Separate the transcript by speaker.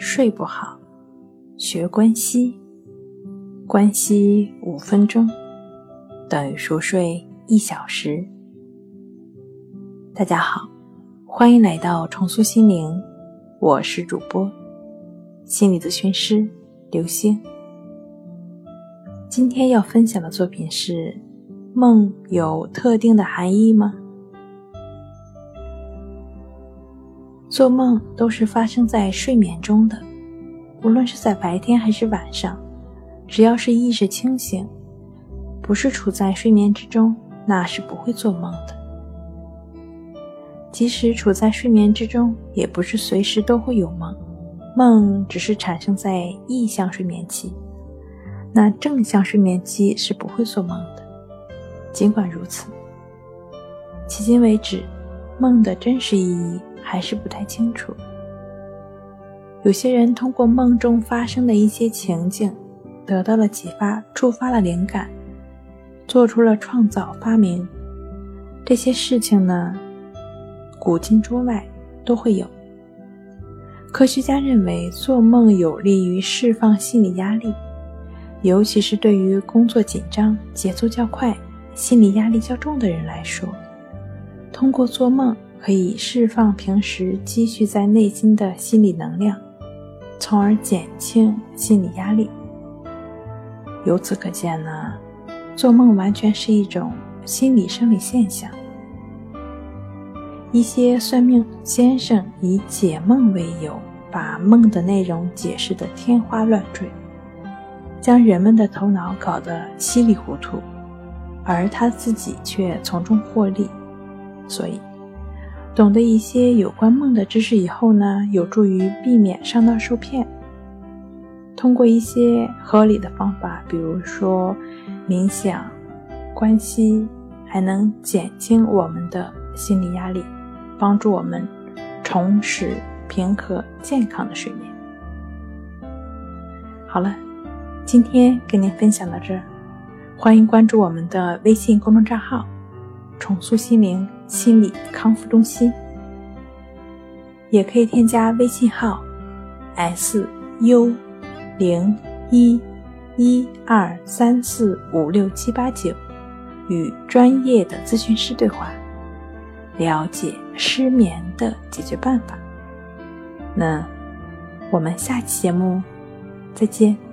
Speaker 1: 睡不好，学关息，关息5分钟等于熟睡1小时。大家好，欢迎来到重塑心灵，我是主播心理咨询师刘星。今天要分享的作品是：梦有特定的含义吗？做梦都是发生在睡眠中的，无论是在白天还是晚上，只要是意识清醒，不是处在睡眠之中，那是不会做梦的。即使处在睡眠之中，也不是随时都会有梦，梦只是产生在意象睡眠期，那正向睡眠期是不会做梦的。尽管如此，迄今为止，梦的真实意义还是不太清楚。有些人通过梦中发生的一些情境得到了启发，触发了灵感，做出了创造发明。这些事情呢，古今中外都会有。科学家认为做梦有利于释放心理压力，尤其是对于工作紧张、节奏较快、心理压力较重的人来说，通过做梦可以释放平时积蓄在内心的心理能量，从而减轻心理压力。由此可见呢，做梦完全是一种心理生理现象。一些算命先生以解梦为由，把梦的内容解释得天花乱坠，将人们的头脑搞得稀里糊涂，而他自己却从中获利。所以懂得一些有关梦的知识以后呢，有助于避免上当受骗。通过一些合理的方法，比如说冥想、关息，还能减轻我们的心理压力，帮助我们重拾平和健康的睡眠。好了，今天跟您分享到这儿，欢迎关注我们的微信公众账号重塑心灵心理康复中心，也可以添加微信号 SU0112345679，与专业的咨询师对话，了解失眠的解决办法。那我们下期节目再见。